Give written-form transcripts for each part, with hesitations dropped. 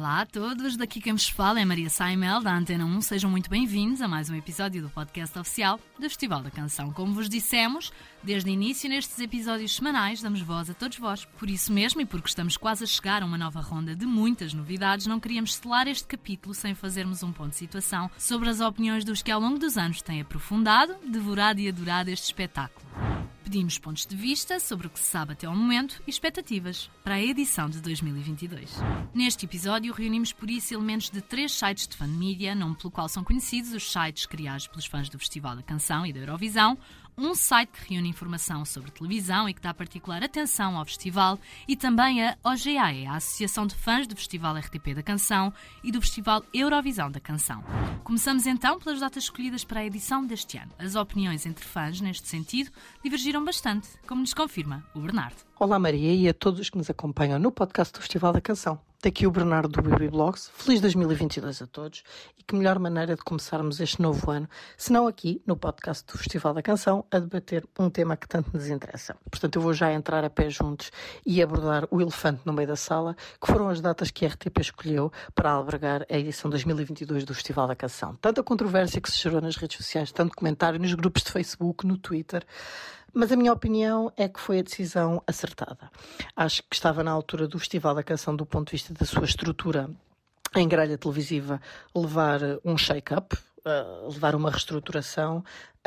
Olá a todos, daqui quem vos fala é Maria Saimel, da Antena 1. Sejam muito bem-vindos a mais um episódio do podcast oficial do Festival da Canção. Como vos dissemos, desde o início nestes episódios semanais damos voz a todos vós. Por isso mesmo e porque estamos quase a chegar a uma nova ronda de muitas novidades, não queríamos selar este capítulo sem fazermos um ponto de situação sobre as opiniões dos que ao longo dos anos têm aprofundado, devorado e adorado este espetáculo. Pedimos pontos de vista sobre o que se sabe até ao momento e expectativas para a edição de 2022. Neste episódio reunimos por isso elementos de 3 sites de fan media, nome pelo qual são conhecidos os sites criados pelos fãs do Festival da Canção e da Eurovisão, um site que reúne informação sobre televisão e que dá particular atenção ao festival, e também a OGAE, a Associação de Fãs do Festival RTP da Canção e do Festival Eurovisão da Canção. Começamos então pelas datas escolhidas para a edição deste ano. As opiniões entre fãs, neste sentido, divergiram bastante, como nos confirma o Bernardo. Olá Maria e a todos os que nos acompanham no podcast do Festival da Canção. Daqui o Bernardo do Bibi Blogs. Feliz 2022 a todos e que melhor maneira de começarmos este novo ano, se não aqui no podcast do Festival da Canção, a debater um tema que tanto nos interessa. Portanto, eu vou já entrar a pé juntos e abordar o elefante no meio da sala, que foram as datas que a RTP escolheu para albergar a edição 2022 do Festival da Canção. Tanta controvérsia que se gerou nas redes sociais, tanto comentário nos grupos de Facebook, no Twitter. Mas a minha opinião é que foi a decisão acertada. Acho que estava na altura do Festival da Canção, do ponto de vista da sua estrutura em grelha televisiva, levar um shake-up, levar uma reestruturação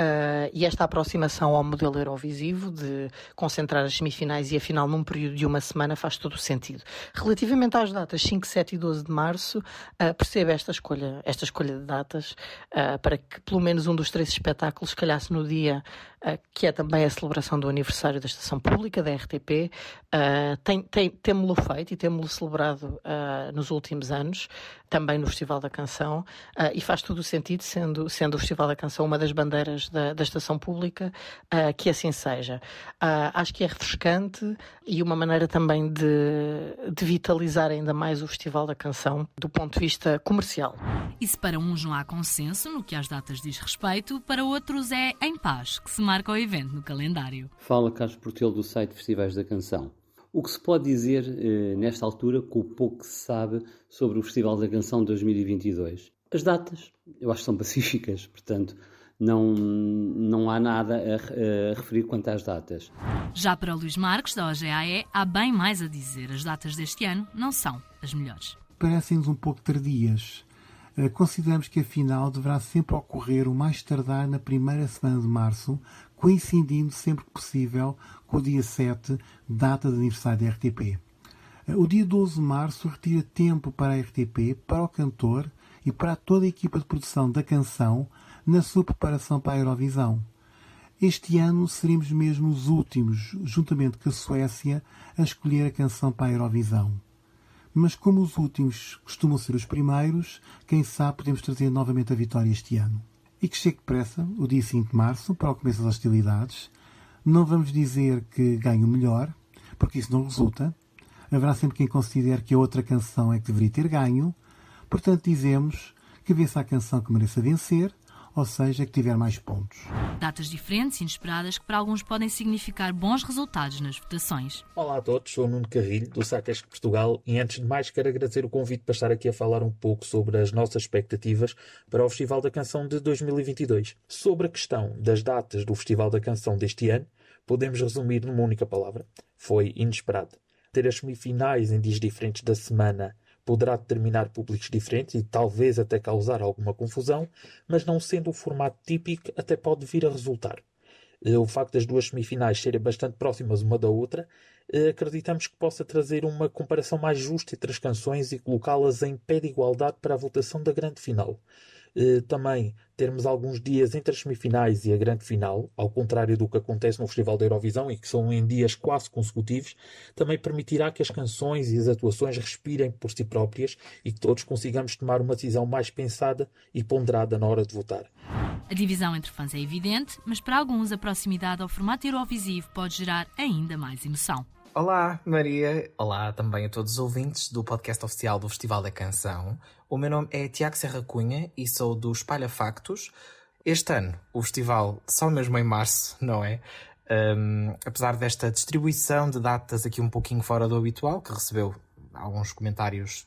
e esta aproximação ao modelo Eurovisivo de concentrar as semifinais e a final num período de uma semana faz todo o sentido. Relativamente às datas 5, 7 e 12 de março, percebo esta escolha de datas para que pelo menos um dos 3 espetáculos calhasse no dia que é também a celebração do aniversário da Estação Pública, da RTP. Temo-lo feito e temo-lo celebrado nos últimos anos, também no Festival da Canção, e faz todo o sentido, sendo o Festival da Canção uma das bandeiras da Estação Pública, que assim seja. Acho que é refrescante e uma maneira também de vitalizar ainda mais o Festival da Canção do ponto de vista comercial. E se para uns não há consenso no que às datas diz respeito, para outros é em paz que se marca o evento no calendário. Fala Carlos Portelo do site Festivais da Canção. O que se pode dizer nesta altura, com o pouco que se sabe sobre o Festival da Canção 2022? As datas, eu acho que são pacíficas, portanto, não há nada a referir quanto às datas. Já para o Luís Marques, da OGAE, há bem mais a dizer. As datas deste ano não são as melhores. Parecem-nos um pouco tardias. Consideramos que a final deverá sempre ocorrer o mais tardar na primeira semana de março, coincidindo sempre que possível com o dia 7, data de aniversário da RTP. O dia 12 de março retira tempo para a RTP, para o cantor e para toda a equipa de produção da canção na sua preparação para a Eurovisão. Este ano seremos mesmo os últimos, juntamente com a Suécia, a escolher a canção para a Eurovisão. Mas como os últimos costumam ser os primeiros, quem sabe podemos trazer novamente a vitória este ano. E que chegue depressa, o dia 5 de março, para o começo das hostilidades. Não vamos dizer que ganhe o melhor, porque isso não resulta. Haverá sempre quem considere que a outra canção é que deveria ter ganho. Portanto, dizemos que vença a canção que mereça vencer, ou seja, que tiver mais pontos. Datas diferentes e inesperadas que para alguns podem significar bons resultados nas votações. Olá a todos, sou o Nuno Carrilho, do site ESC Portugal, e antes de mais quero agradecer o convite para estar aqui a falar um pouco sobre as nossas expectativas para o Festival da Canção de 2022. Sobre a questão das datas do Festival da Canção deste ano, podemos resumir numa única palavra: foi inesperado. Ter as semifinais em dias diferentes da semana poderá determinar públicos diferentes e talvez até causar alguma confusão, mas não sendo o formato típico, até pode vir a resultar. O facto das 2 semifinais serem bastante próximas uma da outra, acreditamos que possa trazer uma comparação mais justa entre as canções e colocá-las em pé de igualdade para a votação da grande final. Também termos alguns dias entre as semifinais e a grande final, ao contrário do que acontece no Festival da Eurovisão e que são em dias quase consecutivos, também permitirá que as canções e as atuações respirem por si próprias e que todos consigamos tomar uma decisão mais pensada e ponderada na hora de votar. A divisão entre fãs é evidente, mas para alguns a proximidade ao formato Eurovisivo pode gerar ainda mais emoção. Olá, Maria. Olá também a todos os ouvintes do podcast oficial do Festival da Canção. O meu nome é Tiago Serra Cunha e sou do Espalha Factos. Este ano, o festival só mesmo em março, não é? Apesar desta distribuição de datas aqui um pouquinho fora do habitual, que recebeu alguns comentários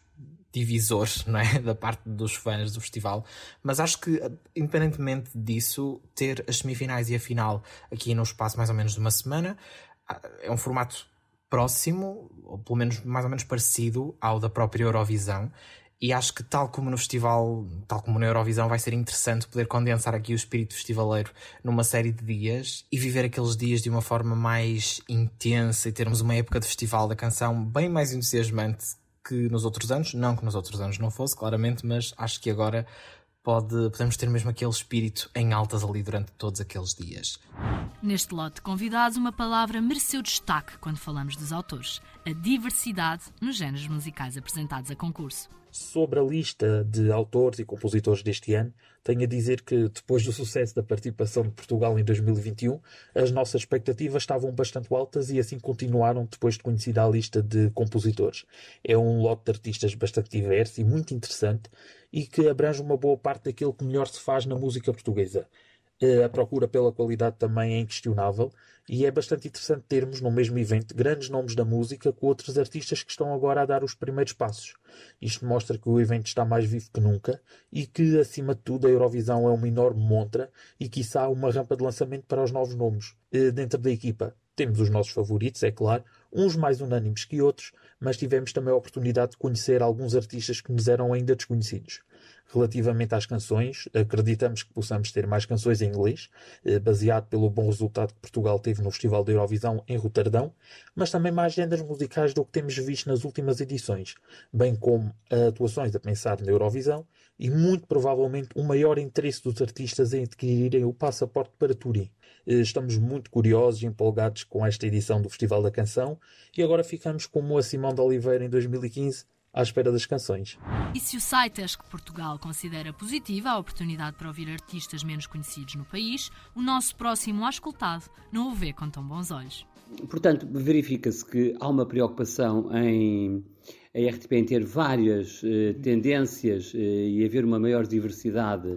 divisor, não é? Da parte dos fãs do festival, mas acho que, independentemente disso, ter as semifinais e a final aqui no espaço mais ou menos de uma semana é um formato próximo, ou pelo menos mais ou menos parecido ao da própria Eurovisão, e acho que tal como no festival, tal como na Eurovisão, vai ser interessante poder condensar aqui o espírito festivaleiro numa série de dias e viver aqueles dias de uma forma mais intensa e termos uma época de festival da canção bem mais entusiasmante que nos outros anos. Não que nos outros anos não fosse, claramente, mas acho que agora podemos ter mesmo aquele espírito em altas ali durante todos aqueles dias. Neste lote de convidados, uma palavra mereceu destaque quando falamos dos autores: a diversidade nos géneros musicais apresentados a concurso. Sobre a lista de autores e compositores deste ano, tenho a dizer que, depois do sucesso da participação de Portugal em 2021, as nossas expectativas estavam bastante altas e assim continuaram depois de conhecida a lista de compositores. É um lote de artistas bastante diverso e muito interessante e que abrange uma boa parte daquilo que melhor se faz na música portuguesa. A procura pela qualidade também é inquestionável e é bastante interessante termos no mesmo evento grandes nomes da música com outros artistas que estão agora a dar os primeiros passos. Isto mostra que o evento está mais vivo que nunca e que, acima de tudo, a Eurovisão é uma enorme montra e, quiçá, uma rampa de lançamento para os novos nomes. Dentro da equipa temos os nossos favoritos, é claro, uns mais unânimes que outros, mas tivemos também a oportunidade de conhecer alguns artistas que nos eram ainda desconhecidos. Relativamente às canções, acreditamos que possamos ter mais canções em inglês, baseado pelo bom resultado que Portugal teve no Festival da Eurovisão em Roterdão, mas também mais géneros musicais do que temos visto nas últimas edições, bem como atuações a pensar na Eurovisão e, muito provavelmente, o maior interesse dos artistas em adquirirem o passaporte para Turim. Estamos muito curiosos e empolgados com esta edição do Festival da Canção e agora ficamos como a Simão de Oliveira em 2015, à espera das canções. E se o site Acho que Portugal considera positiva a oportunidade para ouvir artistas menos conhecidos no país, o nosso próximo auscultado não o vê com tão bons olhos. Portanto, verifica-se que há uma preocupação em a RTP em ter várias tendências e haver uma maior diversidade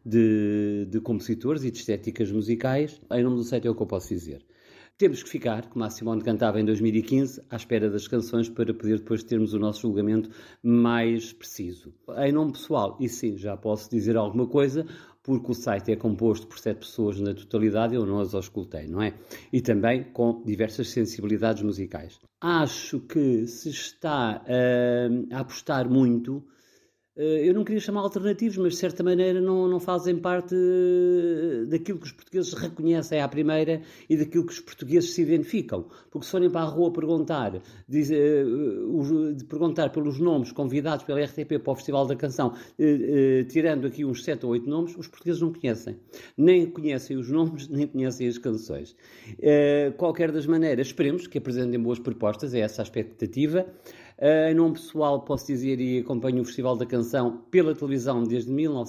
de compositores e de estéticas musicais. Em nome do site é o que eu posso dizer. Temos que ficar, como a Simone cantava em 2015, à espera das canções para poder depois termos o nosso julgamento mais preciso. Em nome pessoal, e sim, já posso dizer alguma coisa, porque o site é composto por 7 pessoas na totalidade, eu não as auscultei, não é? E também com diversas sensibilidades musicais. Acho que se está a apostar muito. Eu não queria chamar alternativos, mas de certa maneira não fazem parte daquilo que os portugueses reconhecem à primeira e daquilo que os portugueses se identificam. Porque se forem para a rua perguntar pelos nomes convidados pela RTP para o Festival da Canção, tirando aqui uns 7 ou 8 nomes, os portugueses não conhecem. Nem conhecem os nomes, nem conhecem as canções. Qualquer das maneiras, esperemos que apresentem boas propostas, é essa a expectativa. Em nome pessoal posso dizer e acompanho o Festival da Canção pela televisão desde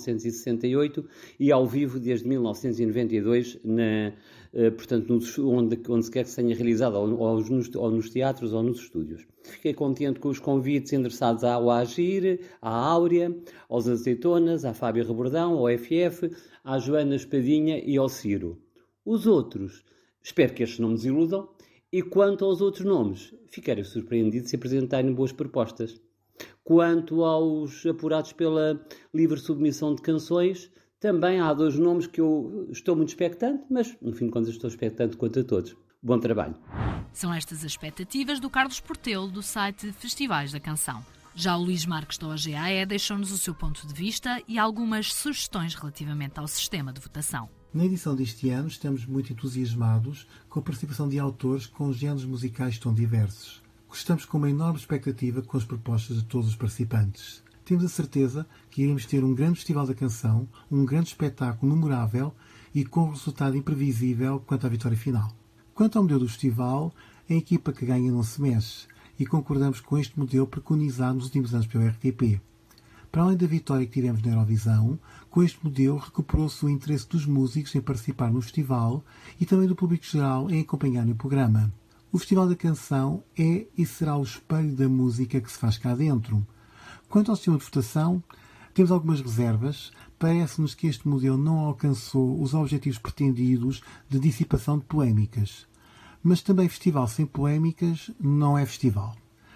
1968 e ao vivo desde 1992, portanto, onde se quer que se tenha realizado, ou nos teatros ou nos estúdios. Fiquei contente com os convites endereçados ao Agir, à Áurea, aos Azeitonas, à Fábia Rebordão, ao FF, à Joana Espadinha e ao Ciro. Os outros, espero que estes não me desiludam. E quanto aos outros nomes, ficarei surpreendido se apresentarem boas propostas. Quanto aos apurados pela livre submissão de canções, também há 2 nomes que eu estou muito expectante, mas no fim de contas estou expectante quanto a todos. Bom trabalho. São estas as expectativas do Carlos Portelo, do site Festivais da Canção. Já o Luís Marques da OGAE deixou-nos o seu ponto de vista e algumas sugestões relativamente ao sistema de votação. Na edição deste ano estamos muito entusiasmados com a participação de autores com géneros musicais tão diversos. Estamos com uma enorme expectativa com as propostas de todos os participantes. Temos a certeza que iremos ter um grande Festival da Canção, um grande espetáculo memorável e com um resultado imprevisível quanto à vitória final. Quanto ao modelo do festival, a equipa que ganha não se mexe e concordamos com este modelo preconizado nos últimos anos pela RTP. Para além da vitória que tivemos na Eurovisão, com este modelo recuperou-se o interesse dos músicos em participar no festival e também do público geral em acompanhar o programa. O Festival da Canção é e será o espelho da música que se faz cá dentro. Quanto ao sistema de votação, temos algumas reservas. Parece-nos que este modelo não alcançou os objetivos pretendidos de dissipação de polémicas. Mas também festival sem polémicas não é festival.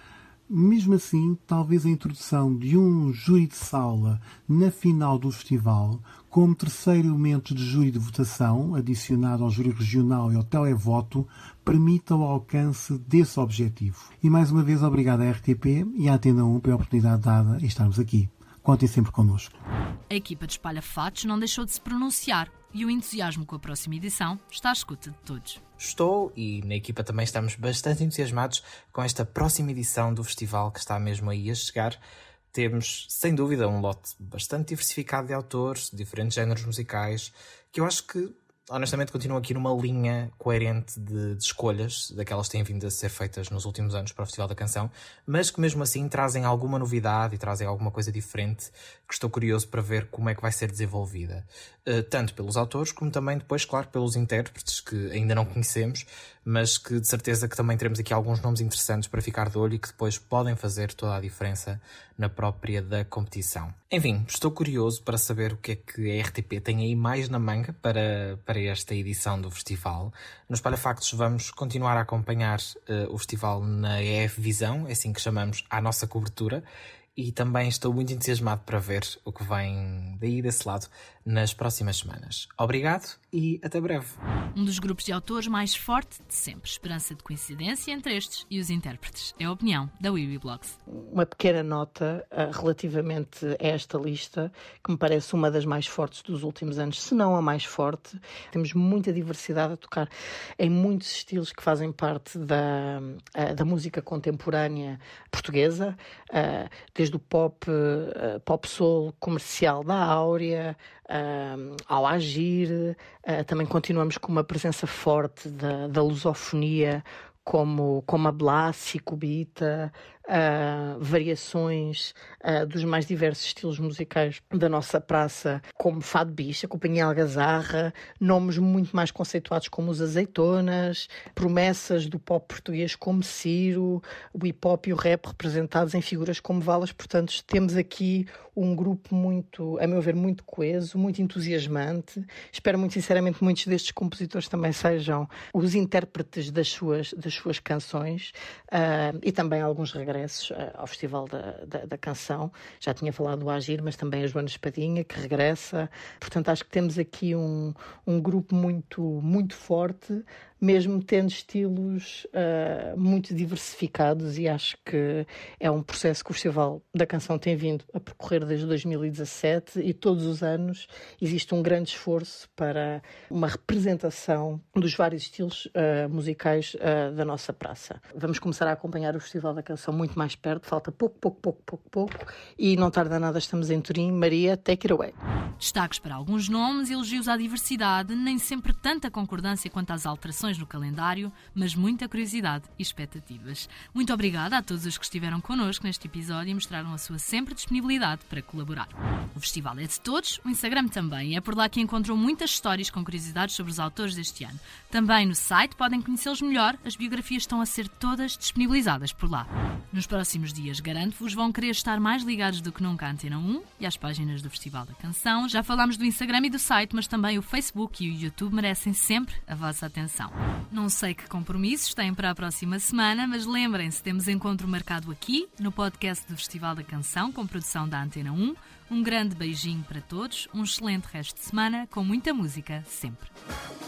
Mesmo assim, talvez a introdução de um júri de sala na final do festival, como terceiro elemento de júri de votação, adicionado ao júri regional e ao televoto, permita o alcance desse objetivo. E mais uma vez, obrigado à RTP e à Antena 1 pela oportunidade dada em estarmos aqui. Contem sempre connosco. A equipa de Espalha Fatos não deixou de se pronunciar e o entusiasmo com a próxima edição está à escuta de todos. Estou, e na equipa também estamos bastante entusiasmados com esta próxima edição do festival que está mesmo aí a chegar. Temos, sem dúvida, um lote bastante diversificado de autores, de diferentes géneros musicais, que eu acho que, honestamente, continuam aqui numa linha coerente de escolhas, daquelas que têm vindo a ser feitas nos últimos anos para o Festival da Canção, mas que mesmo assim trazem alguma novidade e trazem alguma coisa diferente, que estou curioso para ver como é que vai ser desenvolvida. Tanto pelos autores, como também depois, claro, pelos intérpretes, que ainda não conhecemos, mas que de certeza que também teremos aqui alguns nomes interessantes para ficar de olho e que depois podem fazer toda a diferença na própria da competição. Enfim, estou curioso para saber o que é que a RTP tem aí mais na manga para esta edição do festival. No Espalha Factos vamos continuar a acompanhar o festival na EF Visão, é assim que chamamos a nossa cobertura, e também estou muito entusiasmado para ver o que vem daí desse lado nas próximas semanas. Obrigado e até breve. Um dos grupos de autores mais forte de sempre. Esperança de coincidência entre estes e os intérpretes. É a opinião da Wiwi Blogs. Uma pequena nota relativamente a esta lista, que me parece uma das mais fortes dos últimos anos, se não a mais forte. Temos muita diversidade a tocar em muitos estilos que fazem parte da música contemporânea portuguesa, desde o pop soul comercial da Áurea, ao Agir. Também continuamos com uma presença forte da lusofonia, como a Blassi, Cubita, variações dos mais diversos estilos musicais da nossa praça, como Fado Bicha, Companhia Algazarra, nomes muito mais conceituados como os Azeitonas, promessas do pop português como Ciro, o hip-hop e o rap representados em figuras como Valas. Portanto, temos aqui um grupo muito, a meu ver, muito coeso, muito entusiasmante. Espero muito sinceramente que muitos destes compositores também sejam os intérpretes das suas canções, e também alguns regressos ao Festival da Canção. Já tinha falado do Agir, mas também a Joana Espadinha, que regressa. Portanto, acho que temos aqui um grupo muito, muito forte, mesmo tendo estilos muito diversificados, e acho que é um processo que o Festival da Canção tem vindo a percorrer desde 2017, e todos os anos existe um grande esforço para uma representação dos vários estilos musicais da nossa praça. Vamos começar a acompanhar o Festival da Canção muito mais perto, falta pouco, e não tarda nada, estamos em Turim. Maria, take it away. Destaques para alguns nomes, elogios à diversidade, nem sempre tanta concordância quanto às alterações no calendário, mas muita curiosidade e expectativas. Muito obrigada a todos os que estiveram connosco neste episódio e mostraram a sua sempre disponibilidade para colaborar. O festival é de todos, o Instagram também, é por lá que encontram muitas histórias com curiosidades sobre os autores deste ano. Também no site podem conhecê-los melhor, as biografias estão a ser todas disponibilizadas por lá. Nos próximos dias, garanto-vos, vão querer estar mais ligados do que nunca à Antena 1 e às páginas do Festival da Canção. Já falámos do Instagram e do site, mas também o Facebook e o YouTube merecem sempre a vossa atenção. Não sei que compromissos têm para a próxima semana, mas lembrem-se, temos encontro marcado aqui, no podcast do Festival da Canção, com produção da Antena 1. Um grande beijinho para todos, um excelente resto de semana, com muita música, sempre.